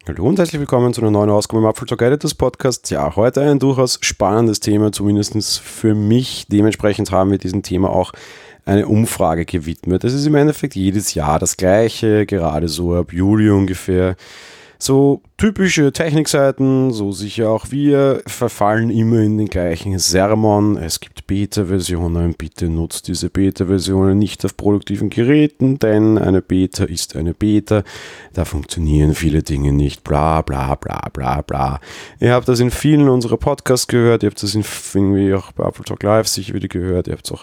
Hallo und herzlich willkommen zu einer neuen Ausgabe im Apfeltalk Editors Podcast. Ja, heute ein durchaus spannendes Thema, zumindest für mich. Dementsprechend haben wir diesem Thema auch eine Umfrage gewidmet. Es ist im Endeffekt jedes Jahr das Gleiche, gerade so ab Juli ungefähr. So typische Technikseiten, so sicher auch wir, verfallen immer in den gleichen Sermon. Es gibt Beta-Versionen, bitte nutzt diese Beta-Versionen nicht auf produktiven Geräten, denn eine Beta ist eine Beta. Da funktionieren viele Dinge nicht, bla bla bla bla bla. Ihr habt das in vielen unserer Podcasts gehört, ihr habt das irgendwie auch bei Apfeltalk Live sicher wieder gehört, ihr habt es auch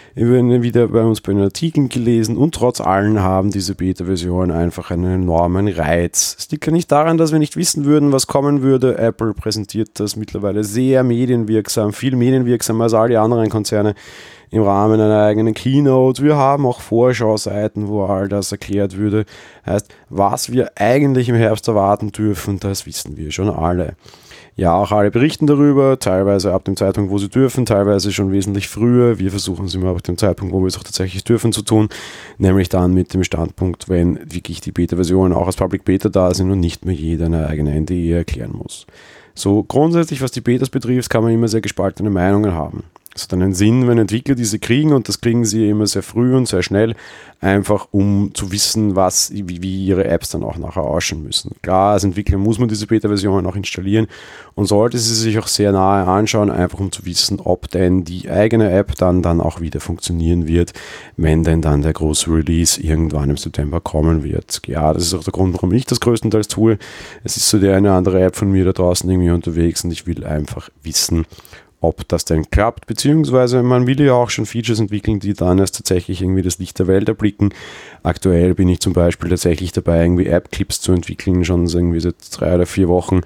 wieder bei uns bei den Artikeln gelesen und trotz allem haben diese Beta-Versionen einfach einen enormen Reiz. Es liegt ja nicht daran, dass wir nicht wissen würden, was kommen würde. Apple präsentiert das mittlerweile sehr medienwirksam, viel medienwirksamer als all die anderen Konzerne im Rahmen einer eigenen Keynote. Wir haben auch Vorschauseiten, wo all das erklärt würde. Heißt, was wir eigentlich im Herbst erwarten dürfen, das wissen wir schon alle. Ja, auch alle berichten darüber, teilweise ab dem Zeitpunkt, wo sie dürfen, teilweise schon wesentlich früher. Wir versuchen es immer ab dem Zeitpunkt, wo wir es auch tatsächlich dürfen zu tun, nämlich dann mit dem Standpunkt, wenn wirklich die Beta-Versionen auch als Public Beta da sind und nicht mehr jeder eine eigene NDE erklären muss. So grundsätzlich, was die Betas betrifft, kann man immer sehr gespaltene Meinungen haben. Es hat einen Sinn, wenn Entwickler diese kriegen und das kriegen sie immer sehr früh und sehr schnell, einfach um zu wissen, wie ihre Apps dann auch nachher ausschauen müssen. Klar, als Entwickler muss man diese Beta-Versionen auch installieren und sollte sie sich auch sehr nahe anschauen, einfach um zu wissen, ob denn die eigene App dann auch wieder funktionieren wird, wenn denn dann der große Release irgendwann im September kommen wird. Ja, das ist auch der Grund, warum ich das größtenteils tue. Es ist so die eine andere App von mir da draußen irgendwie unterwegs und ich will einfach wissen, ob das denn klappt, beziehungsweise man will ja auch schon Features entwickeln, die dann erst tatsächlich irgendwie das Licht der Welt erblicken. Aktuell bin ich zum Beispiel tatsächlich dabei, irgendwie App-Clips zu entwickeln, schon irgendwie seit 3 oder 4 Wochen.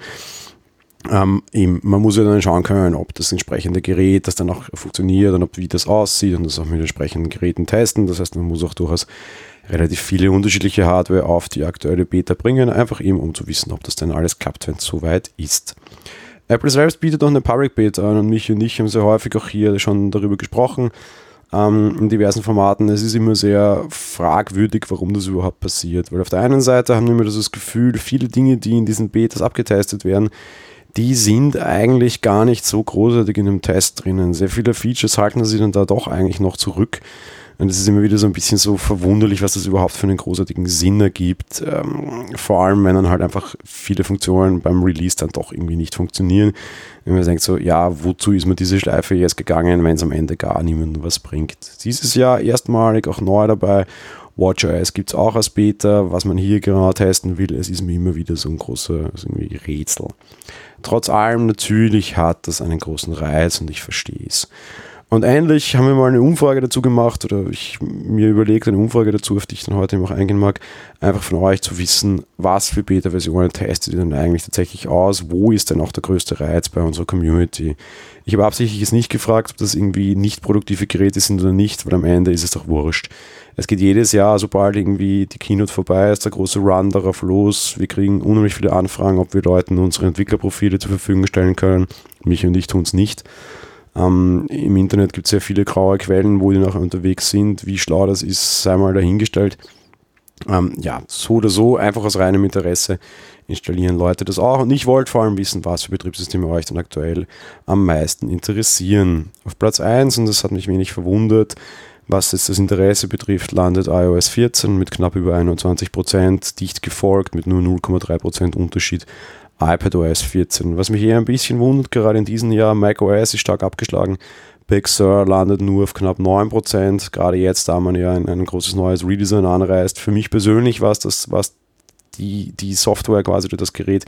Man muss ja dann schauen können, ob das entsprechende Gerät das dann auch funktioniert und wie das aussieht und das auch mit entsprechenden Geräten testen. Das heißt, man muss auch durchaus relativ viele unterschiedliche Hardware auf die aktuelle Beta bringen, einfach eben um zu wissen, ob das denn alles klappt, wenn es soweit ist. Apple selbst bietet auch eine Public Beta an und mich und ich haben sehr häufig auch hier schon darüber gesprochen, in diversen Formaten. Es ist immer sehr fragwürdig, warum das überhaupt passiert, weil auf der einen Seite haben wir immer das Gefühl, viele Dinge, die in diesen Betas abgetestet werden, die sind eigentlich gar nicht so großartig in einem Test drinnen. Sehr viele Features halten sie dann da doch eigentlich noch zurück. Und es ist immer wieder so ein bisschen so verwunderlich, was das überhaupt für einen großartigen Sinn ergibt. Vor allem, wenn dann halt einfach viele Funktionen beim Release dann doch irgendwie nicht funktionieren. Wenn man denkt so, ja, wozu ist man diese Schleife jetzt gegangen, wenn es am Ende gar niemandem was bringt. Dieses Jahr erstmalig auch neu dabei. WatchOS gibt es auch als Beta. Was man hier genau testen will, es ist mir immer wieder so ein großer irgendwie Rätsel. Trotz allem natürlich hat das einen großen Reiz und ich verstehe es. Und endlich haben wir mal eine Umfrage dazu gemacht oder mir überlegt, eine Umfrage dazu, auf die ich dann heute noch eingehen mag, einfach von euch zu wissen, was für Beta-Versionen testet ihr denn eigentlich tatsächlich aus, wo ist denn auch der größte Reiz bei unserer Community. Ich habe absichtlich jetzt nicht gefragt, ob das irgendwie nicht produktive Geräte sind oder nicht, weil am Ende ist es doch wurscht. Es geht jedes Jahr, sobald irgendwie die Keynote vorbei ist, der große Run darauf los. Wir kriegen unheimlich viele Anfragen, ob wir Leuten unsere Entwicklerprofile zur Verfügung stellen können. Mich und ich tun es nicht. Im Internet gibt es sehr viele graue Quellen, wo die nachher unterwegs sind. Wie schlau das ist, sei mal dahingestellt. Ja, so oder so, einfach aus reinem Interesse installieren Leute das auch. Und ich wollte vor allem wissen, was für Betriebssysteme euch dann aktuell am meisten interessieren. Auf Platz 1, und das hat mich wenig verwundert, was jetzt das Interesse betrifft, landet iOS 14 mit knapp über 21%, dicht gefolgt mit nur 0,3% Unterschied iPadOS 14. Was mich eher ein bisschen wundert, gerade in diesem Jahr, macOS ist stark abgeschlagen. Big Sur landet nur auf knapp 9%. Gerade jetzt, da man ja ein großes neues Redesign anreißt. Für mich persönlich war es das, was die Software quasi oder das Gerät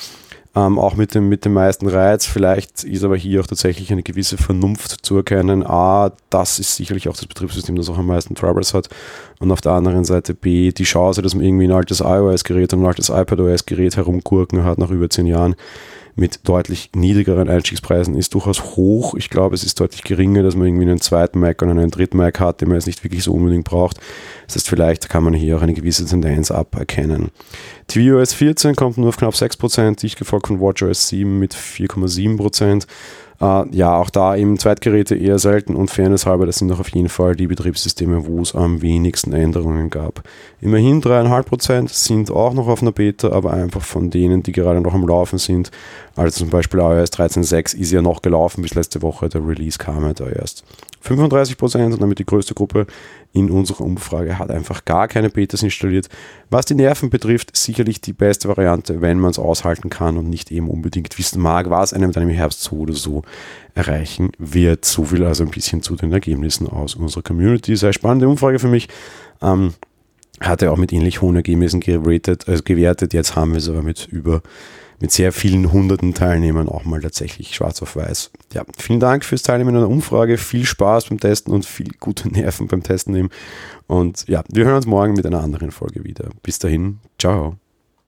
auch mit dem meisten Reiz. Vielleicht ist aber hier auch tatsächlich eine gewisse Vernunft zu erkennen. A, das ist sicherlich auch das Betriebssystem, das auch am meisten Troubles hat. Und auf der anderen Seite B, die Chance, dass man irgendwie ein altes iOS-Gerät und ein altes iPadOS-Gerät herumgurken hat nach über 10 Jahren mit deutlich niedrigeren Einstiegspreisen ist durchaus hoch. Ich glaube, es ist deutlich geringer, dass man irgendwie einen zweiten Mac oder einen dritten Mac hat, den man jetzt nicht wirklich so unbedingt braucht. Das heißt, vielleicht kann man hier auch eine gewisse Tendenz aberkennen. tvOS 14 kommt nur auf knapp 6%, dicht gefolgt von WatchOS 7 mit 4,7%. Auch da eben Zweitgeräte eher selten und fairnesshalber, das sind doch auf jeden Fall die Betriebssysteme, wo es am wenigsten Änderungen gab. Immerhin 3,5% sind auch noch auf einer Beta, aber einfach von denen, die gerade noch am Laufen sind. Also zum Beispiel iOS 13.6 ist ja noch gelaufen bis letzte Woche, der Release kam ja da erst. 35% und damit die größte Gruppe in unserer Umfrage hat einfach gar keine Betas installiert. Was die Nerven betrifft, sicherlich die beste Variante, wenn man es aushalten kann und nicht eben unbedingt wissen mag, was einem dann im Herbst so oder so erreichen wird. So viel also ein bisschen zu den Ergebnissen aus unserer Community. Sehr spannende Umfrage für mich. Hatte auch mit ähnlich hohen Ergebnissen gewertet. Jetzt haben wir es aber mit sehr vielen hunderten Teilnehmern auch mal tatsächlich schwarz auf weiß. Ja, vielen Dank fürs Teilnehmen an der Umfrage. Viel Spaß beim Testen und viel gute Nerven beim Testen eben. Und ja, wir hören uns morgen mit einer anderen Folge wieder. Bis dahin, ciao.